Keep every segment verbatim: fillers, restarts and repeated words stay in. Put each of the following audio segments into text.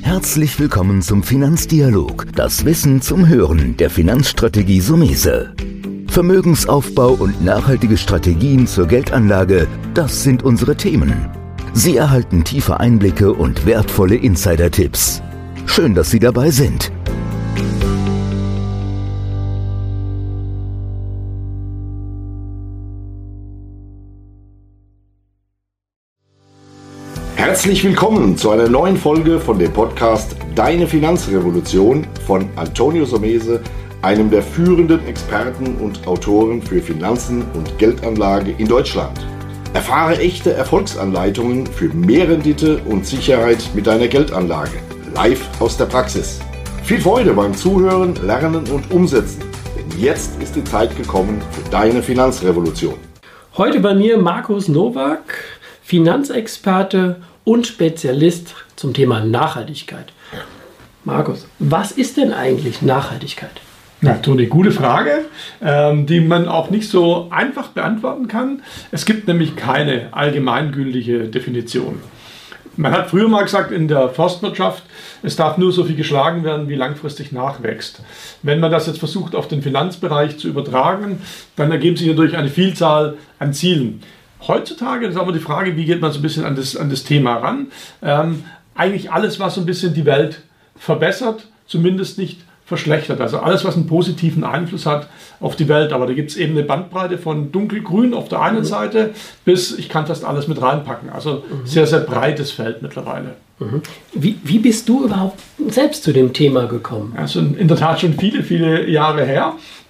Herzlich willkommen zum Finanzdialog, das Wissen zum Hören der Finanzstrategie Sumese. Vermögensaufbau und nachhaltige Strategien zur Geldanlage, das sind unsere Themen. Sie erhalten tiefe Einblicke und wertvolle Insider-Tipps. Schön, dass Sie dabei sind. Herzlich willkommen zu einer neuen Folge von dem Podcast Deine Finanzrevolution von Antonio Sumese, einem der führenden Experten und Autoren für Finanzen und Geldanlage in Deutschland. Erfahre echte Erfolgsanleitungen für mehr Rendite und Sicherheit mit deiner Geldanlage. Live aus der Praxis. Viel Freude beim Zuhören, Lernen und Umsetzen. Denn jetzt ist die Zeit gekommen für deine Finanzrevolution. Heute bei mir Markus Nowak, Finanzexperte und Spezialist zum Thema Nachhaltigkeit. Markus, was ist denn eigentlich Nachhaltigkeit? Na, Toni, gute Frage, ähm, die man auch nicht so einfach beantworten kann. Es gibt nämlich keine allgemeingültige Definition. Man hat früher mal gesagt in der Forstwirtschaft, es darf nur so viel geschlagen werden, wie langfristig nachwächst. Wenn man das jetzt versucht auf den Finanzbereich zu übertragen, dann ergeben sich natürlich eine Vielzahl an Zielen. Heutzutage ist aber die Frage, wie geht man so ein bisschen an das, an das Thema ran? Ähm, eigentlich alles, was so ein bisschen die Welt verbessert, zumindest nicht verschlechtert. Also alles, was einen positiven Einfluss hat auf die Welt. Aber da gibt es eben eine Bandbreite von dunkelgrün auf der einen mhm. Seite bis, ich kann fast alles mit reinpacken. Also mhm. sehr, sehr breites Feld mittlerweile. Mhm. Wie, wie bist du überhaupt selbst zu dem Thema gekommen? Also in der Tat schon viele, viele Jahre her.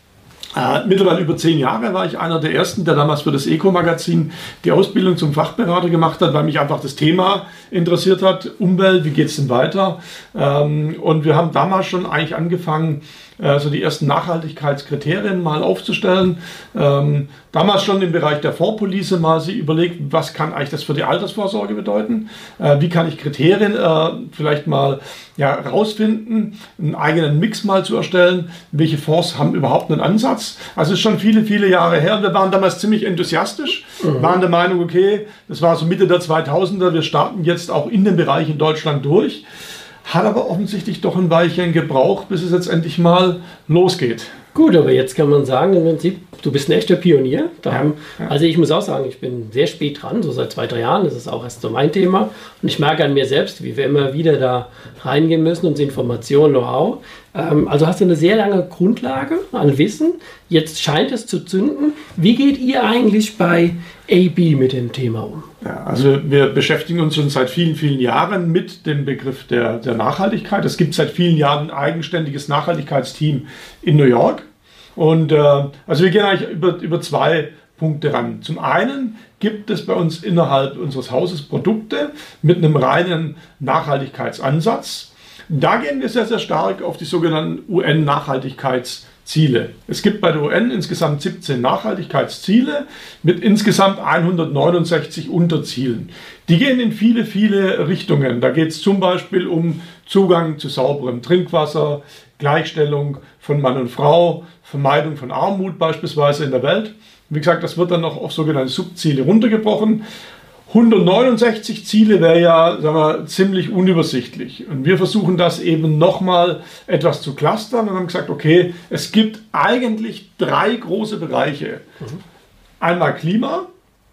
Äh, mittlerweile über zehn Jahre war ich einer der Ersten, der damals für das Eco-Magazin die Ausbildung zum Fachberater gemacht hat, weil mich einfach das Thema interessiert hat. Umwelt, wie geht es denn weiter? Ähm, und wir haben damals schon eigentlich angefangen, äh, so die ersten Nachhaltigkeitskriterien mal aufzustellen. Ähm, damals schon im Bereich der Fondspolice mal sich überlegt, was kann eigentlich das für die Altersvorsorge bedeuten? Äh, wie kann ich Kriterien äh, vielleicht mal ja, rausfinden, einen eigenen Mix mal zu erstellen? Welche Fonds haben überhaupt einen Ansatz? Also es ist schon viele, viele Jahre her und wir waren damals ziemlich enthusiastisch, mhm. waren der Meinung, okay, das war so Mitte der zweitausender, wir starten jetzt auch in dem Bereich in Deutschland durch. Hat aber offensichtlich doch ein Weilchen gebraucht, bis es jetzt endlich mal losgeht. Gut, aber jetzt kann man sagen, im Prinzip, du bist ein echter Pionier. Da Ja, haben, ja. Also ich muss auch sagen, ich bin sehr spät dran, so seit zwei, drei Jahren. Das ist auch erst so mein Thema. Und ich merke an mir selbst, wie wir immer wieder da reingehen müssen, unsere Informationen, Know-how. Ähm, also hast du eine sehr lange Grundlage an Wissen. Jetzt scheint es zu zünden. Wie geht ihr eigentlich bei A B mit dem Thema um? Ja, also wir beschäftigen uns schon seit vielen, vielen Jahren mit dem Begriff der, der Nachhaltigkeit. Es gibt seit vielen Jahren ein eigenständiges Nachhaltigkeitsteam in New York. Und äh, also wir gehen eigentlich über, über zwei Punkte ran. Zum einen gibt es bei uns innerhalb unseres Hauses Produkte mit einem reinen Nachhaltigkeitsansatz. Da gehen wir sehr, sehr stark auf die sogenannten U N-Nachhaltigkeitsziele. Es gibt bei der U N insgesamt siebzehn Nachhaltigkeitsziele mit insgesamt hundertneunundsechzig Unterzielen. Die gehen in viele, viele Richtungen. Da geht es zum Beispiel um Zugang zu sauberem Trinkwasser, Gleichstellung von Mann und Frau, Vermeidung von Armut beispielsweise in der Welt. Wie gesagt, das wird dann noch auf sogenannte Subziele runtergebrochen. hundertneunundsechzig Ziele wäre ja, sagen wir, ziemlich unübersichtlich. Und wir versuchen das eben nochmal etwas zu clustern und haben gesagt, okay, es gibt eigentlich drei große Bereiche. Mhm. Einmal Klima,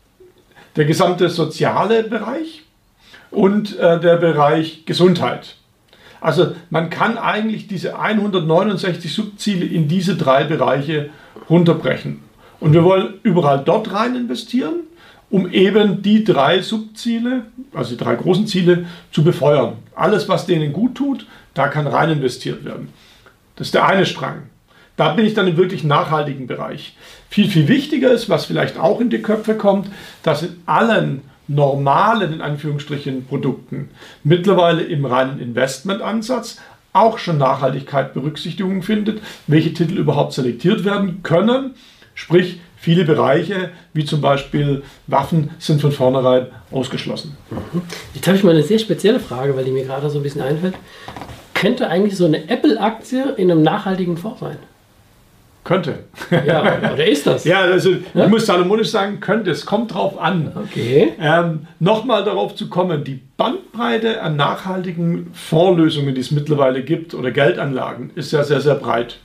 der gesamte soziale Bereich und äh, der Bereich Gesundheit. Also man kann eigentlich diese hundertneunundsechzig Subziele in diese drei Bereiche runterbrechen. Und wir wollen überall dort rein investieren, um eben die drei Subziele, also die drei großen Ziele, zu befeuern. Alles, was denen gut tut, da kann rein investiert werden. Das ist der eine Strang. Da bin ich dann im wirklich nachhaltigen Bereich. Viel, viel wichtiger ist, was vielleicht auch in die Köpfe kommt, dass in allen normalen, in Anführungsstrichen, Produkten mittlerweile im reinen Investmentansatz auch schon Nachhaltigkeit Berücksichtigung findet, welche Titel überhaupt selektiert werden können. Sprich, viele Bereiche, wie zum Beispiel Waffen, sind von vornherein ausgeschlossen. Jetzt habe ich mal eine sehr spezielle Frage, weil die mir gerade so ein bisschen einfällt. Könnte eigentlich so eine Apple-Aktie in einem nachhaltigen Fonds sein? Könnte. Ja, oder ist das? Ja, also ja? ich muss salomonisch sagen, könnte. Es kommt drauf an. Okay. Ähm, Nochmal darauf zu kommen, die Bandbreite an nachhaltigen Fondslösungen, die es mittlerweile gibt, oder Geldanlagen, ist ja sehr, sehr breit.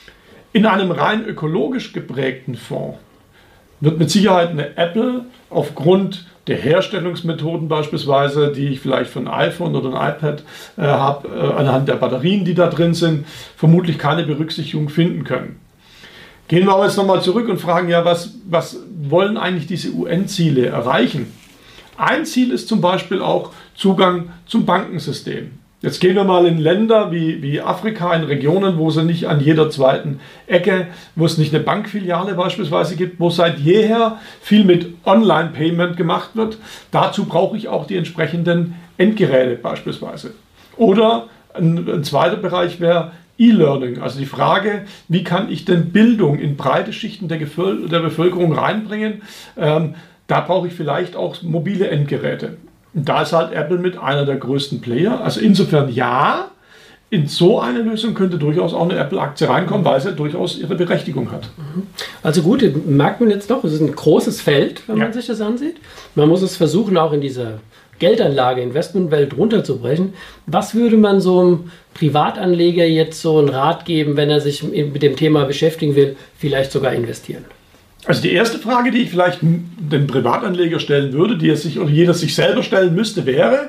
In einem rein ökologisch geprägten Fonds wird mit Sicherheit eine Apple aufgrund der Herstellungsmethoden beispielsweise, die ich vielleicht für ein iPhone oder ein iPad äh, habe, äh, anhand der Batterien, die da drin sind, vermutlich keine Berücksichtigung finden können. Gehen wir aber jetzt nochmal zurück und fragen, ja, was, was wollen eigentlich diese U N-Ziele erreichen? Ein Ziel ist zum Beispiel auch Zugang zum Bankensystem. Jetzt gehen wir mal in Länder wie, wie Afrika, in Regionen, wo es nicht an jeder zweiten Ecke, wo es nicht eine Bankfiliale beispielsweise gibt, wo seit jeher viel mit Online-Payment gemacht wird. Dazu brauche ich auch die entsprechenden Endgeräte beispielsweise. Oder ein, ein zweiter Bereich wäre E-Learning, also die Frage, wie kann ich denn Bildung in breite Schichten der, Geföl- der Bevölkerung reinbringen? Ähm, da brauche ich vielleicht auch mobile Endgeräte. Und da ist halt Apple mit einer der größten Player. Also insofern ja, in so eine Lösung könnte durchaus auch eine Apple-Aktie reinkommen, weil sie durchaus ihre Berechtigung hat. Also gut, merkt man jetzt doch, es ist ein großes Feld, wenn ja. man sich das ansieht. Man muss es versuchen, auch in dieser Geldanlage, Investmentwelt runterzubrechen. Was würde man so einem Privatanleger jetzt so einen Rat geben, wenn er sich mit dem Thema beschäftigen will, vielleicht sogar investieren? Also die erste Frage, die ich vielleicht dem Privatanleger stellen würde, die er sich oder jeder sich selber stellen müsste, wäre,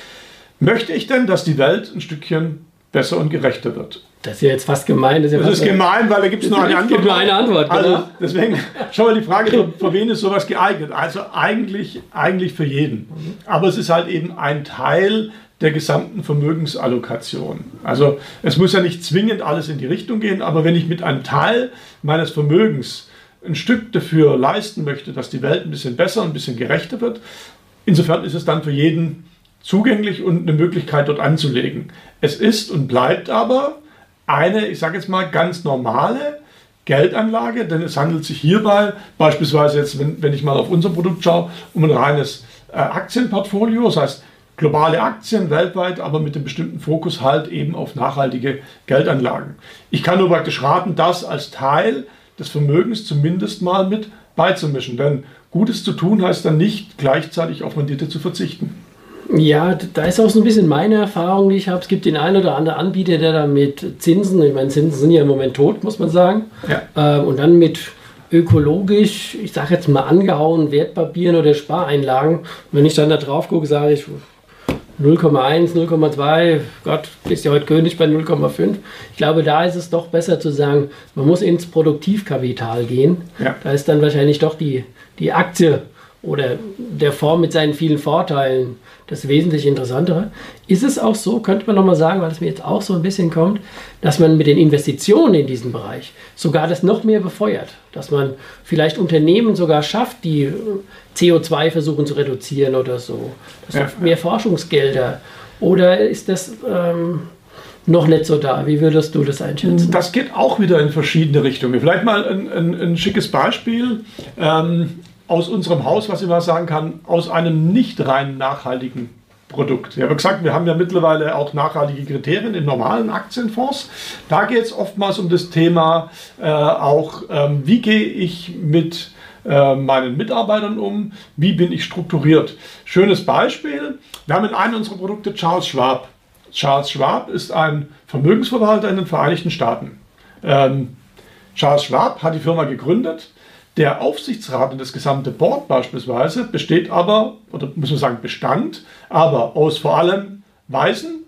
möchte ich denn, dass die Welt ein Stückchen besser und gerechter wird? Das ist ja jetzt fast gemein. Das ist, ja das ist gemein, weil da gibt es nur eine Antwort. Gibt nur eine Antwort. Also genau. deswegen, schau mal die Frage, für, für wen ist sowas geeignet? Also eigentlich, eigentlich für jeden. Aber es ist halt eben ein Teil der gesamten Vermögensallokation. Also es muss ja nicht zwingend alles in die Richtung gehen, aber wenn ich mit einem Teil meines Vermögens ein Stück dafür leisten möchte, dass die Welt ein bisschen besser, ein bisschen gerechter wird, insofern ist es dann für jeden zugänglich und eine Möglichkeit dort anzulegen. Es ist und bleibt aber eine, ich sage jetzt mal, ganz normale Geldanlage, denn es handelt sich hierbei beispielsweise jetzt, wenn, wenn ich mal auf unser Produkt schaue, um ein reines äh, Aktienportfolio, das heißt globale Aktien weltweit, aber mit dem bestimmten Fokus halt eben auf nachhaltige Geldanlagen. Ich kann nur praktisch raten, das als Teil des Vermögens zumindest mal mit beizumischen, denn Gutes zu tun heißt dann nicht gleichzeitig auf Rendite zu verzichten. Ja, da ist auch so ein bisschen meine Erfahrung, die ich habe. Es gibt den einen oder anderen Anbieter, der da mit Zinsen, ich meine, Zinsen sind ja im Moment tot, muss man sagen, ja. äh, und dann mit ökologisch, ich sage jetzt mal angehauenen Wertpapieren oder Spareinlagen. Und wenn ich dann da drauf gucke, sage ich null Komma eins, null Komma zwei, Gott, bist ja heute König bei null Komma fünf. Ich glaube, da ist es doch besser zu sagen, man muss ins Produktivkapital gehen. Ja. Da ist dann wahrscheinlich doch die, die Aktie oder der Fonds mit seinen vielen Vorteilen das wesentlich Interessantere. Ist es auch so, könnte man nochmal sagen, weil es mir jetzt auch so ein bisschen kommt, dass man mit den Investitionen in diesen Bereich sogar das noch mehr befeuert, dass man vielleicht Unternehmen sogar schafft, die C O zwei versuchen zu reduzieren oder so, dass ja. mehr Forschungsgelder, oder ist das ähm, noch nicht so da? Wie würdest du das einschätzen? Das geht auch wieder in verschiedene Richtungen. Vielleicht mal ein, ein, ein schickes Beispiel. Ähm, aus unserem Haus, was ich mal sagen kann, aus einem nicht rein nachhaltigen Produkt. Ich habe gesagt, wir haben ja mittlerweile auch nachhaltige Kriterien in normalen Aktienfonds. Da geht es oftmals um das Thema äh, auch, ähm, wie gehe ich mit äh, meinen Mitarbeitern um, wie bin ich strukturiert. Schönes Beispiel, wir haben in einem unserer Produkte Charles Schwab. Charles Schwab ist ein Vermögensverwalter in den Vereinigten Staaten. Ähm, Charles Schwab hat die Firma gegründet. Der Aufsichtsrat und das gesamte Board beispielsweise besteht aber, oder muss man sagen bestand, aber aus vor allem weißen,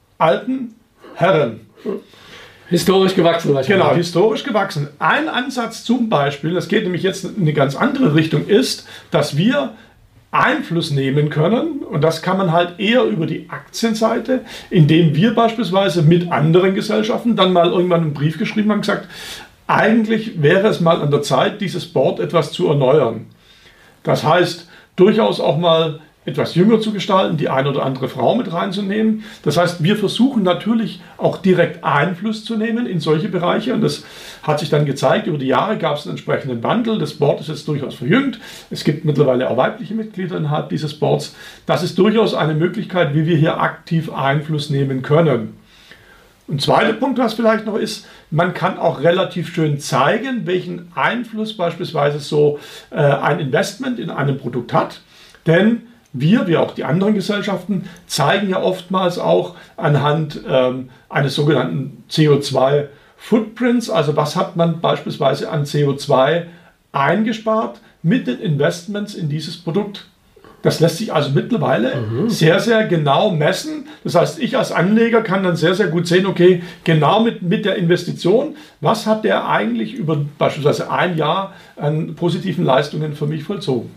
alten Herren. Historisch gewachsen wahrscheinlich. Genau, historisch gewachsen. Ein Ansatz zum Beispiel, das geht nämlich jetzt in eine ganz andere Richtung, ist, dass wir Einfluss nehmen können, und das kann man halt eher über die Aktienseite, indem wir beispielsweise mit anderen Gesellschaften dann mal irgendwann einen Brief geschrieben haben und gesagt, eigentlich wäre es mal an der Zeit, dieses Board etwas zu erneuern. Das heißt, durchaus auch mal etwas jünger zu gestalten, die eine oder andere Frau mit reinzunehmen. Das heißt, wir versuchen natürlich auch direkt Einfluss zu nehmen in solche Bereiche. Und das hat sich dann gezeigt, über die Jahre gab es einen entsprechenden Wandel. Das Board ist jetzt durchaus verjüngt. Es gibt mittlerweile auch weibliche Mitglieder innerhalb dieses Boards. Das ist durchaus eine Möglichkeit, wie wir hier aktiv Einfluss nehmen können. Ein zweiter Punkt, was vielleicht noch ist, man kann auch relativ schön zeigen, welchen Einfluss beispielsweise so äh, ein Investment in einem Produkt hat. Denn wir, wie auch die anderen Gesellschaften, zeigen ja oftmals auch anhand ähm, eines sogenannten C O zwei Footprints, also was hat man beispielsweise an C O zwei eingespart mit den Investments in dieses Produkt. Das lässt sich also mittlerweile mhm. sehr, sehr genau messen. Das heißt, ich als Anleger kann dann sehr, sehr gut sehen, okay, genau mit, mit der Investition, was hat der eigentlich über beispielsweise ein Jahr an positiven Leistungen für mich vollzogen.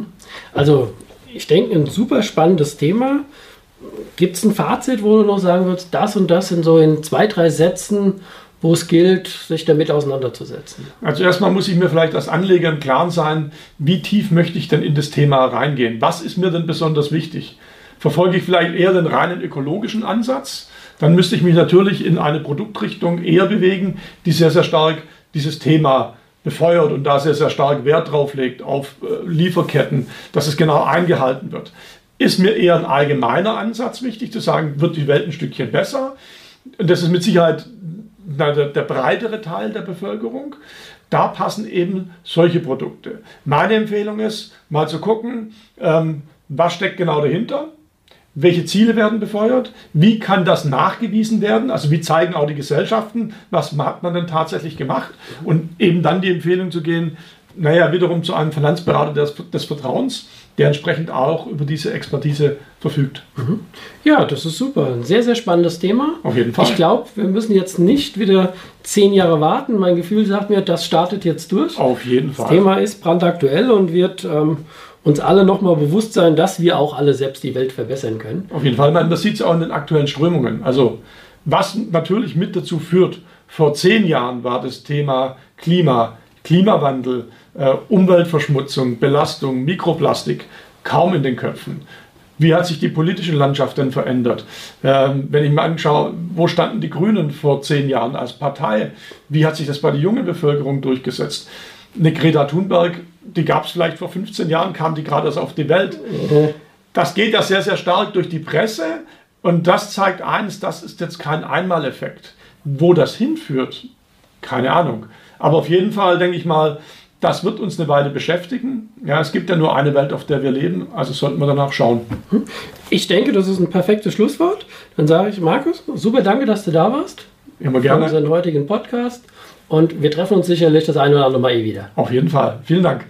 Also ich denke, ein super spannendes Thema. Gibt es ein Fazit, wo du noch sagen würdest, das und das sind so in zwei, drei Sätzen, wo es gilt, sich damit auseinanderzusetzen? Also erstmal muss ich mir vielleicht als Anleger im Klaren sein, wie tief möchte ich denn in das Thema reingehen? Was ist mir denn besonders wichtig? Verfolge ich vielleicht eher den reinen ökologischen Ansatz? Dann müsste ich mich natürlich in eine Produktrichtung eher bewegen, die sehr, sehr stark dieses Thema befeuert und da sehr, sehr stark Wert drauf legt auf Lieferketten, dass es genau eingehalten wird. Ist mir eher ein allgemeiner Ansatz wichtig, zu sagen, wird die Welt ein Stückchen besser? Und das ist mit Sicherheit Der, der breitere Teil der Bevölkerung, da passen eben solche Produkte. Meine Empfehlung ist, mal zu gucken, ähm, was steckt genau dahinter, welche Ziele werden befeuert, wie kann das nachgewiesen werden, also wie zeigen auch die Gesellschaften, was hat man denn tatsächlich gemacht und eben dann die Empfehlung zu gehen, naja, wiederum zu einem Finanzberater des, des Vertrauens, der entsprechend auch über diese Expertise verfügt. Mhm. Ja, das ist super. Ein sehr, sehr spannendes Thema. Auf jeden Fall. Ich glaube, wir müssen jetzt nicht wieder zehn Jahre warten. Mein Gefühl sagt mir, das startet jetzt durch. Auf jeden Fall. Das Thema ist brandaktuell und wird ähm, uns alle nochmal bewusst sein, dass wir auch alle selbst die Welt verbessern können. Auf jeden Fall. Man, das sieht es auch in den aktuellen Strömungen. Also was natürlich mit dazu führt, vor zehn Jahren war das Thema Klima, Klimawandel, äh, Umweltverschmutzung, Belastung, Mikroplastik kaum in den Köpfen. Wie hat sich die politische Landschaft denn verändert? Ähm, wenn ich mir anschaue, wo standen die Grünen vor zehn Jahren als Partei? Wie hat sich das bei der jungen Bevölkerung durchgesetzt? Eine Greta Thunberg, die gab es vielleicht vor fünfzehn Jahren, kam die gerade erst auf die Welt. Das geht ja sehr, sehr stark durch die Presse und das zeigt eines, das ist jetzt kein Einmaleffekt. Wo das hinführt, keine Ahnung. Aber auf jeden Fall denke ich mal, das wird uns eine Weile beschäftigen. Ja, es gibt ja nur eine Welt, auf der wir leben, also sollten wir danach schauen. Ich denke, das ist ein perfektes Schlusswort. Dann sage ich, Markus, super, danke, dass du da warst. Immer gerne. Für unseren heutigen Podcast. Und wir treffen uns sicherlich das eine oder andere Mal eh wieder. Auf jeden Fall. Vielen Dank.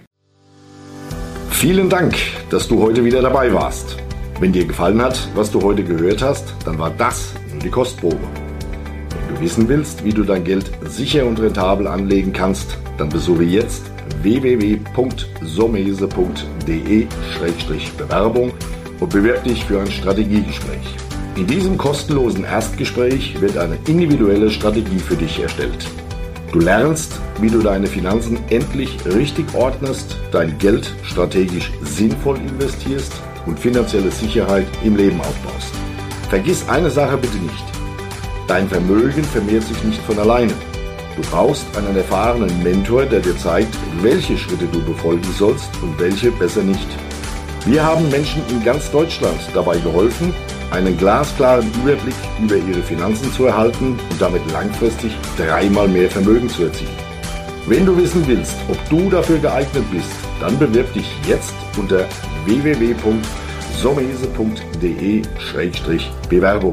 Vielen Dank, dass du heute wieder dabei warst. Wenn dir gefallen hat, was du heute gehört hast, dann war das nur die Kostprobe. Wenn du wissen willst, wie du dein Geld sicher und rentabel anlegen kannst, dann besuche jetzt w w w punkt somese punkt de Schrägstrich Bewerbung und bewirb dich für ein Strategiegespräch. In diesem kostenlosen Erstgespräch wird eine individuelle Strategie für dich erstellt. Du lernst, wie du deine Finanzen endlich richtig ordnest, dein Geld strategisch sinnvoll investierst und finanzielle Sicherheit im Leben aufbaust. Vergiss eine Sache bitte nicht. Dein Vermögen vermehrt sich nicht von alleine. Du brauchst einen erfahrenen Mentor, der dir zeigt, welche Schritte du befolgen sollst und welche besser nicht. Wir haben Menschen in ganz Deutschland dabei geholfen, einen glasklaren Überblick über ihre Finanzen zu erhalten und damit langfristig dreimal mehr Vermögen zu erzielen. Wenn du wissen willst, ob du dafür geeignet bist, dann bewirb dich jetzt unter w w w punkt somese punkt de Schrägstrich Bewerbung.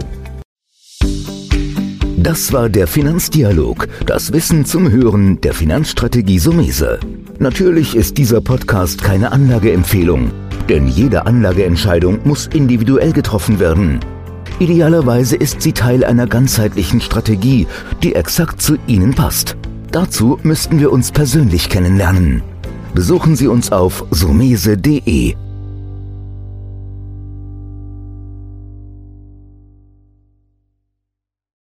Das war der Finanzdialog, das Wissen zum Hören der Finanzstrategie Somese. Natürlich ist dieser Podcast keine Anlageempfehlung, denn jede Anlageentscheidung muss individuell getroffen werden. Idealerweise ist sie Teil einer ganzheitlichen Strategie, die exakt zu Ihnen passt. Dazu müssten wir uns persönlich kennenlernen. Besuchen Sie uns auf somese punkt de.